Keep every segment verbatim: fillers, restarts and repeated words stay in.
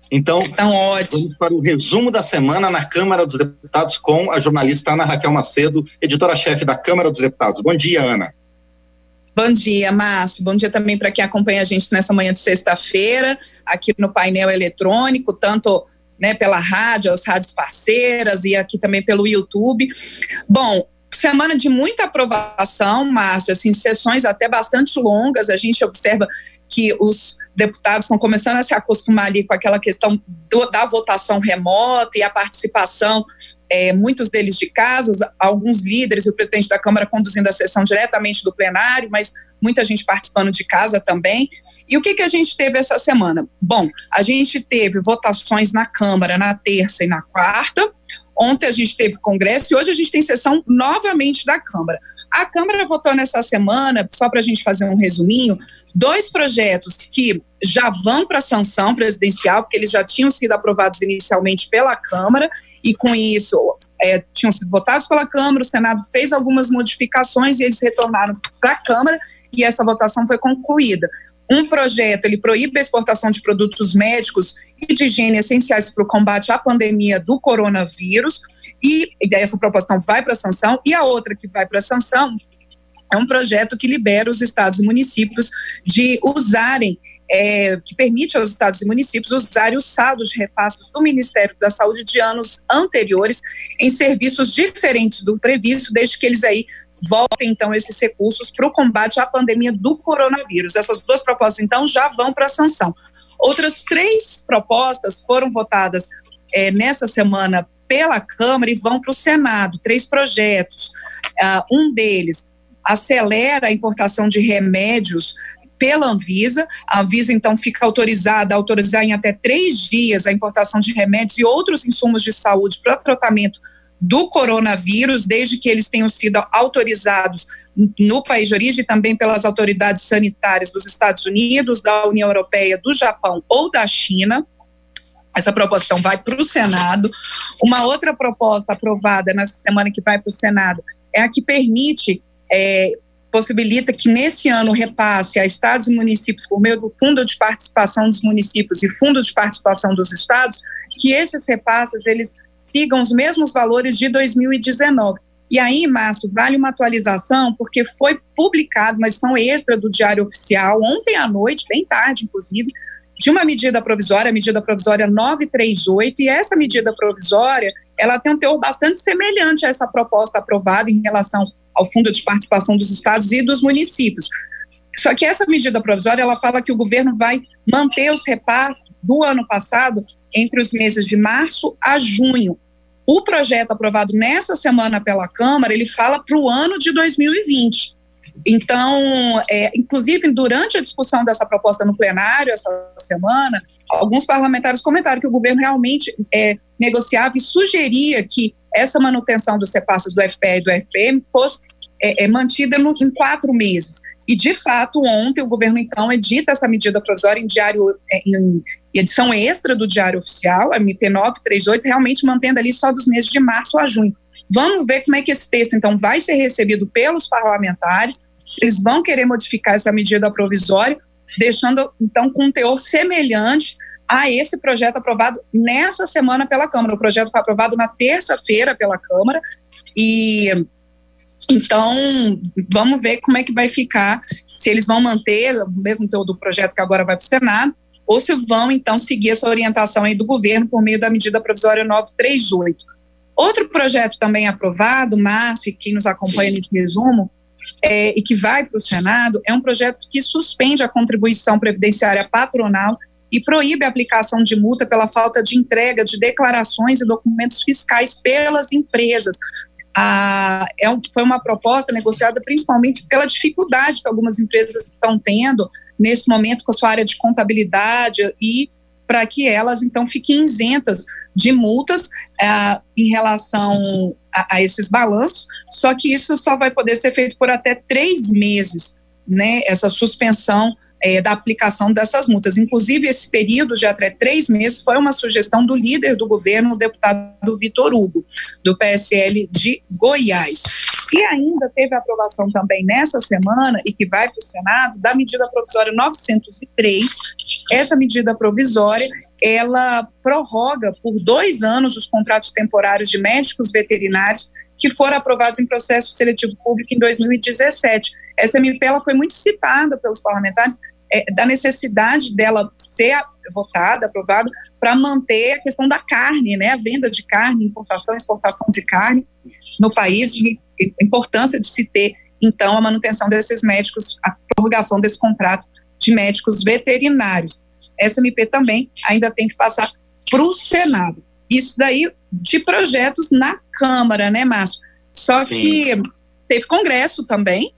Então, então ótimo. Vamos para o resumo da semana na Câmara dos Deputados com a jornalista Ana Raquel Macedo, editora-chefe da Câmara dos Deputados. Bom dia, Ana. Bom dia, Márcio. Bom dia também para quem acompanha a gente nessa manhã de sexta-feira, aqui no painel eletrônico, tanto né, pela rádio, as rádios parceiras e aqui também pelo YouTube. Bom, semana de muita aprovação, Márcio, assim, sessões até bastante longas. A gente observa que os deputados estão começando a se acostumar ali com aquela questão do, da votação remota e a participação, é, muitos deles de casas, alguns líderes e o presidente da Câmara conduzindo a sessão diretamente do plenário, mas muita gente participando de casa também. E o que, que a gente teve essa semana? Bom, a gente teve votações na Câmara na terça e na quarta, ontem a gente teve congresso e hoje a gente tem sessão novamente da Câmara. A Câmara votou nessa semana, só para a gente fazer um resuminho, dois projetos que já vão para a sanção presidencial, porque eles já tinham sido aprovados inicialmente pela Câmara, e com isso é, tinham sido votados pela Câmara, o Senado fez algumas modificações e eles retornaram para a Câmara e essa votação foi concluída. Um projeto, ele proíbe a exportação de produtos médicos e de higiene essenciais para o combate à pandemia do coronavírus, e essa proposta vai para a sanção, e a outra que vai para a sanção é um projeto que libera os estados e municípios de usarem, é, que permite aos estados e municípios usarem os saldos de repasses do Ministério da Saúde de anos anteriores em serviços diferentes do previsto, desde que eles aí voltem, então, esses recursos para o combate à pandemia do coronavírus. Essas duas propostas, então, já vão para a sanção. Outras três propostas foram votadas é, nessa semana pela Câmara e vão para o Senado, três projetos. Uh, um deles acelera a importação de remédios pela Anvisa. A Anvisa, então, fica autorizada a autorizar em até três dias a importação de remédios e outros insumos de saúde para tratamento do coronavírus, desde que eles tenham sido autorizados no país de origem, também pelas autoridades sanitárias dos Estados Unidos, da União Europeia, do Japão ou da China. Essa proposta então, vai para o Senado. Uma outra proposta aprovada nessa semana que vai para o Senado é a que permite, é, possibilita que nesse ano repasse a estados e municípios por meio do Fundo de Participação dos Municípios e Fundo de Participação dos Estados, que esses repasses eles sigam os mesmos valores de dois mil e dezenove. E aí, Márcio, vale uma atualização, porque foi publicado uma edição extra do Diário Oficial, ontem à noite, bem tarde, inclusive, de uma medida provisória, a medida provisória novecentos e trinta e oito, e essa medida provisória, ela tem um teor bastante semelhante a essa proposta aprovada em relação ao Fundo de Participação dos Estados e dos municípios. Só que essa medida provisória, ela fala que o governo vai manter os repasses do ano passado entre os meses de março a junho. O projeto aprovado nessa semana pela Câmara, ele fala para o ano de dois mil e vinte. Então, é, inclusive, durante a discussão dessa proposta no plenário essa semana, alguns parlamentares comentaram que o governo realmente é, negociava e sugeria que essa manutenção dos repasses do F P E e do F P M fosse é, é, mantida no, em quatro meses. E, de fato, ontem o governo, então, edita essa medida provisória em, diário, em edição extra do Diário Oficial, a M P novecentos e trinta e oito, realmente mantendo ali só dos meses de março a junho. Vamos ver como é que esse texto, então, vai ser recebido pelos parlamentares, se eles vão querer modificar essa medida provisória, deixando, então, com um teor semelhante a esse projeto aprovado nessa semana pela Câmara. O projeto foi aprovado na terça-feira pela Câmara e... Então, vamos ver como é que vai ficar, se eles vão manter o mesmo teor do projeto que agora vai para o Senado, ou se vão, então, seguir essa orientação aí do governo por meio da medida provisória novecentos e trinta e oito. Outro projeto também aprovado, Márcio, e quem nos acompanha nesse resumo, é, e que vai para o Senado, é um projeto que suspende a contribuição previdenciária patronal e proíbe a aplicação de multa pela falta de entrega de declarações e documentos fiscais pelas empresas. Ah, é um, foi uma proposta negociada principalmente pela dificuldade que algumas empresas estão tendo nesse momento com a sua área de contabilidade e para que elas então fiquem isentas de multas ah, em relação a, a esses balanços, só que isso só vai poder ser feito por até três meses, né, essa suspensão É, da aplicação dessas multas. Inclusive, esse período de até três meses foi uma sugestão do líder do governo, o deputado Vitor Hugo, do P S L de Goiás. E ainda teve a aprovação também nessa semana, e que vai para o Senado, da medida provisória novecentos e três. Essa medida provisória, ela prorroga por dois anos os contratos temporários de médicos veterinários que foram aprovados em processo seletivo público em dois mil e dezessete. Essa M P ela foi muito citada pelos parlamentares, é, da necessidade dela ser votada, aprovada, para manter a questão da carne, né, a venda de carne, importação e exportação de carne no país, e a importância de se ter, então, a manutenção desses médicos, a prorrogação desse contrato de médicos veterinários. Essa M P também ainda tem que passar para o Senado. Isso daí de projetos na Câmara, né, Márcio? Só Sim. que teve congresso também,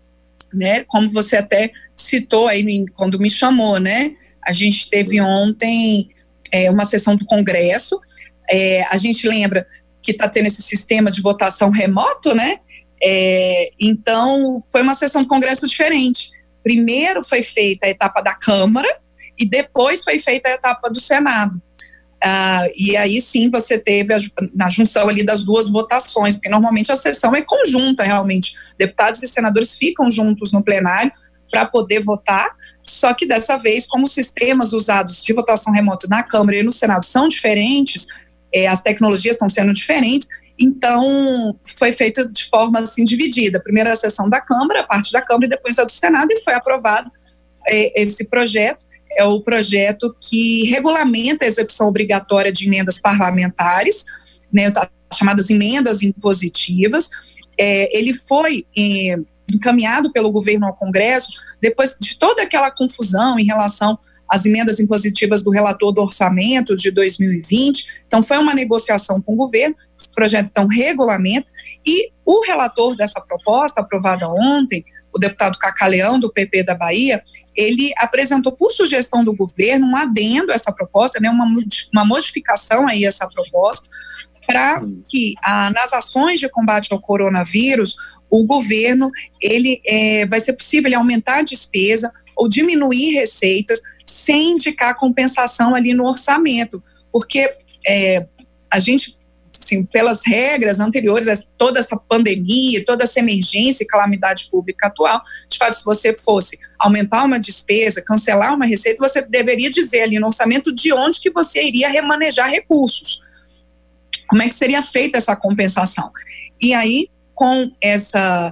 né, como você até citou aí quando me chamou, né, a gente teve ontem é, uma sessão do Congresso, é, a gente lembra que está tendo esse sistema de votação remoto, né, é, então foi uma sessão do Congresso diferente. Primeiro foi feita a etapa da Câmara e depois foi feita a etapa do Senado. Ah, e aí sim você teve a, na junção ali das duas votações, porque normalmente a sessão é conjunta realmente, deputados e senadores ficam juntos no plenário para poder votar, só que dessa vez, como os sistemas usados de votação remota na Câmara e no Senado são diferentes, é, as tecnologias estão sendo diferentes, então foi feita de forma assim dividida, primeiro a sessão da Câmara, a parte da Câmara e depois a do Senado, e foi aprovado é, esse projeto. É o projeto que regulamenta a execução obrigatória de emendas parlamentares, né, chamadas emendas impositivas. É, ele foi é, encaminhado pelo governo ao Congresso depois de toda aquela confusão em relação às emendas impositivas do relator do orçamento de dois mil e vinte. Então, foi uma negociação com o governo, esse projeto então regulamenta, e o relator dessa proposta, aprovada ontem, o deputado Cacá Leão, do P P da Bahia, ele apresentou por sugestão do governo um adendo a essa proposta, né, uma, uma modificação aí a essa proposta, para que ah, nas ações de combate ao coronavírus, o governo, ele é, vai ser possível ele aumentar a despesa ou diminuir receitas sem indicar compensação ali no orçamento, porque é, a gente, assim, pelas regras anteriores, toda essa pandemia, toda essa emergência e calamidade pública atual, de fato, se você fosse aumentar uma despesa, cancelar uma receita, você deveria dizer ali no orçamento de onde que você iria remanejar recursos. Como é que seria feita essa compensação? E aí, com essa,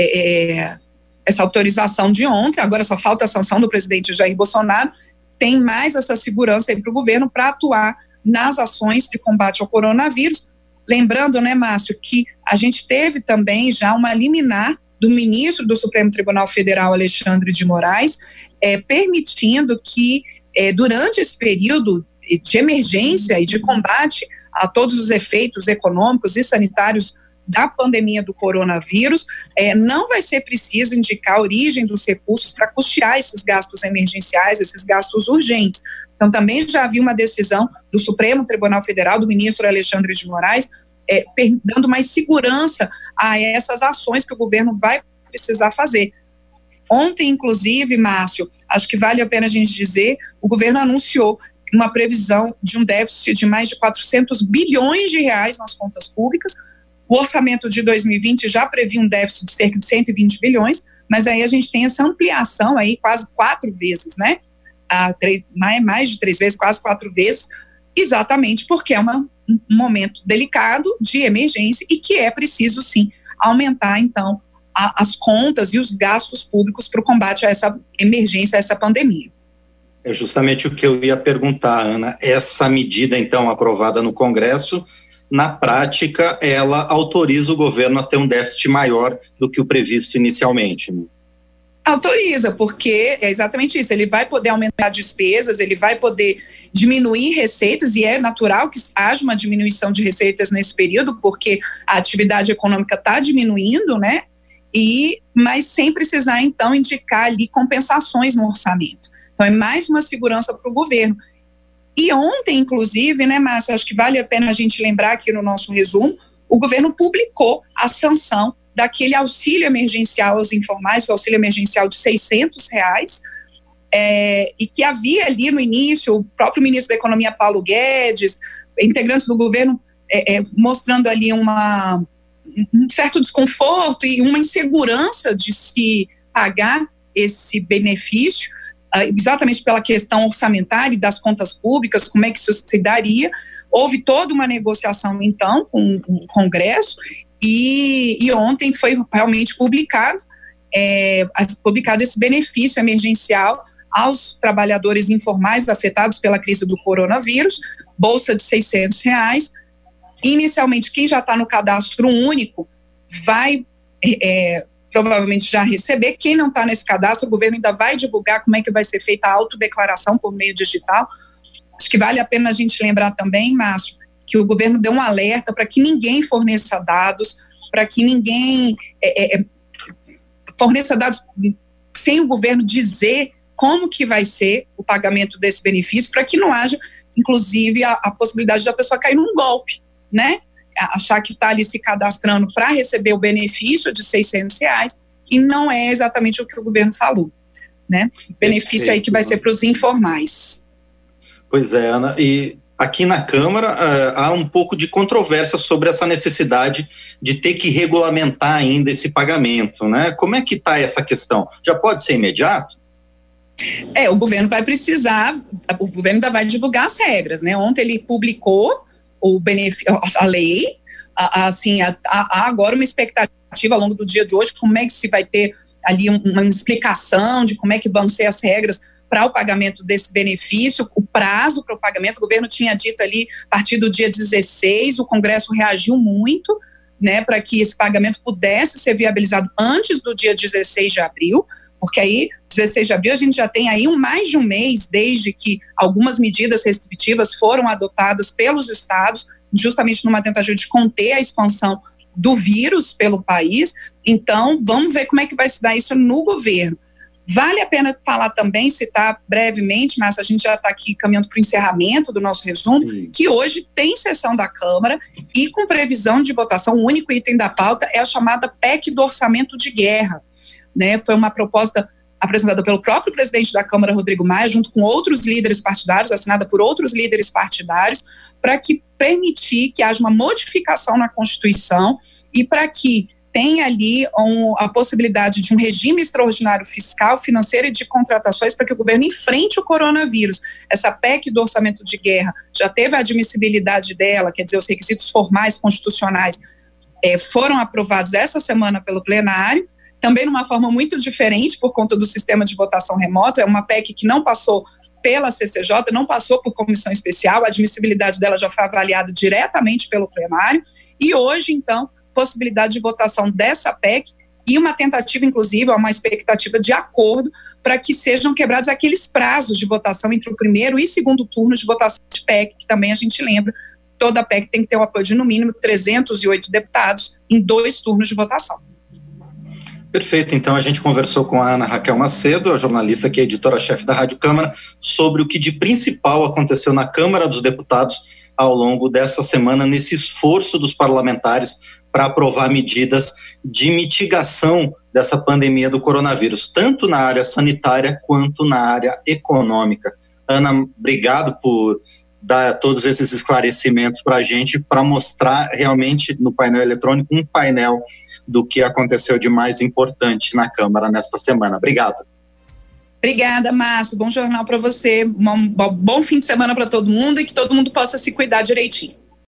é, essa autorização de ontem, agora só falta a sanção do presidente Jair Bolsonaro, tem mais essa segurança aí para o governo para atuar nas ações de combate ao coronavírus. Lembrando, né, Márcio, que a gente teve também já uma liminar do ministro do Supremo Tribunal Federal, Alexandre de Moraes, é, permitindo que, é, durante esse período de emergência e de combate a todos os efeitos econômicos e sanitários da pandemia do coronavírus, é, não vai ser preciso indicar a origem dos recursos para custear esses gastos emergenciais, esses gastos urgentes. Então, também já havia uma decisão do Supremo Tribunal Federal, do ministro Alexandre de Moraes, é, dando mais segurança a essas ações que o governo vai precisar fazer. Ontem, inclusive, Márcio, acho que vale a pena a gente dizer, o governo anunciou uma previsão de um déficit de mais de quatrocentos bilhões de reais nas contas públicas. O orçamento de dois mil e vinte já previa um déficit de cerca de cento e vinte bilhões, mas aí a gente tem essa ampliação aí quase quatro vezes, né? A três, mais de três vezes, quase quatro vezes, exatamente porque é uma, um momento delicado de emergência e que é preciso, sim, aumentar, então, a, as contas e os gastos públicos para o combate a essa emergência, a essa pandemia. É justamente o que eu ia perguntar, Ana. Essa medida, então, aprovada no Congresso, na prática, ela autoriza o governo a ter um déficit maior do que o previsto inicialmente, né? Autoriza, porque é exatamente isso, ele vai poder aumentar despesas, ele vai poder diminuir receitas, e é natural que haja uma diminuição de receitas nesse período, porque a atividade econômica está diminuindo, né, e, mas sem precisar, então, indicar ali compensações no orçamento. Então, é mais uma segurança para o governo. E ontem, inclusive, né, Márcio, acho que vale a pena a gente lembrar aqui no nosso resumo, o governo publicou a sanção daquele auxílio emergencial aos informais, o auxílio emergencial de seiscentos reais, é, e que havia ali no início, o próprio ministro da Economia, Paulo Guedes, integrantes do governo, é, é, mostrando ali uma, um certo desconforto e uma insegurança de se pagar esse benefício, exatamente pela questão orçamentária e das contas públicas, como é que isso se daria. Houve toda uma negociação, então, com o Congresso, e, e ontem foi realmente publicado, é, publicado esse benefício emergencial aos trabalhadores informais afetados pela crise do coronavírus, bolsa de seiscentos reais. Inicialmente, quem já está no cadastro único vai é, provavelmente já receber. Quem não está nesse cadastro, o governo ainda vai divulgar como é que vai ser feita a autodeclaração por meio digital. Acho que vale a pena a gente lembrar também, Márcio, que o governo deu um alerta para que ninguém forneça dados, para que ninguém é, é, forneça dados sem o governo dizer como que vai ser o pagamento desse benefício, para que não haja, inclusive, a, a possibilidade da pessoa cair num golpe, né? Achar que está ali se cadastrando para receber o benefício de seiscentos reais e não é exatamente o que o governo falou, né? O benefício aí que vai ser para os informais. Pois é, Ana, e aqui na Câmara uh, há um pouco de controvérsia sobre essa necessidade de ter que regulamentar ainda esse pagamento, né? Como é que está essa questão? Já pode ser imediato? É, o governo vai precisar, o governo ainda vai divulgar as regras, né? Ontem ele publicou o benefício, a lei, assim, há agora uma expectativa ao longo do dia de hoje, como é que se vai ter ali uma explicação de como é que vão ser as regras para o pagamento desse benefício, o prazo para o pagamento. O governo tinha dito ali a partir do dia dezesseis, o Congresso reagiu muito, né, para que esse pagamento pudesse ser viabilizado antes do dia dezesseis de abril, porque aí, dezesseis de abril, a gente já tem aí um, mais de um mês desde que algumas medidas restritivas foram adotadas pelos estados, justamente numa tentativa de conter a expansão do vírus pelo país. Então, vamos ver como é que vai se dar isso no governo. Vale a pena falar também, citar brevemente, mas a gente já está aqui caminhando para o encerramento do nosso resumo, Sim. que hoje tem sessão da Câmara e com previsão de votação, o único item da pauta é a chamada P E C do orçamento de guerra. Né? Foi uma proposta apresentada pelo próprio presidente da Câmara, Rodrigo Maia, junto com outros líderes partidários, assinada por outros líderes partidários, para que permitir que haja uma modificação na Constituição e para que tem ali um, a possibilidade de um regime extraordinário fiscal, financeiro e de contratações para que o governo enfrente o coronavírus. Essa P E C do orçamento de guerra já teve a admissibilidade dela, quer dizer, os requisitos formais constitucionais é, foram aprovados essa semana pelo plenário, também numa forma muito diferente por conta do sistema de votação remoto. É uma P E C que não passou pela C C J, não passou por comissão especial, a admissibilidade dela já foi avaliada diretamente pelo plenário, e hoje, então, possibilidade de votação dessa P E C e uma tentativa, inclusive, uma expectativa de acordo para que sejam quebrados aqueles prazos de votação entre o primeiro e segundo turno de votação de P E C, que também a gente lembra, toda P E C tem que ter o apoio de, no mínimo, trezentos e oito deputados em dois turnos de votação. Perfeito, então a gente conversou com a Ana Raquel Macedo, a jornalista que é editora-chefe da Rádio Câmara, sobre o que de principal aconteceu na Câmara dos Deputados ao longo dessa semana, nesse esforço dos parlamentares para aprovar medidas de mitigação dessa pandemia do coronavírus, tanto na área sanitária quanto na área econômica. Ana, obrigado por dar todos esses esclarecimentos para a gente, para mostrar realmente no painel eletrônico um painel do que aconteceu de mais importante na Câmara nesta semana. Obrigado. Obrigada, Márcio. Bom jornal para você. Um bom fim de semana para todo mundo e que todo mundo possa se cuidar direitinho.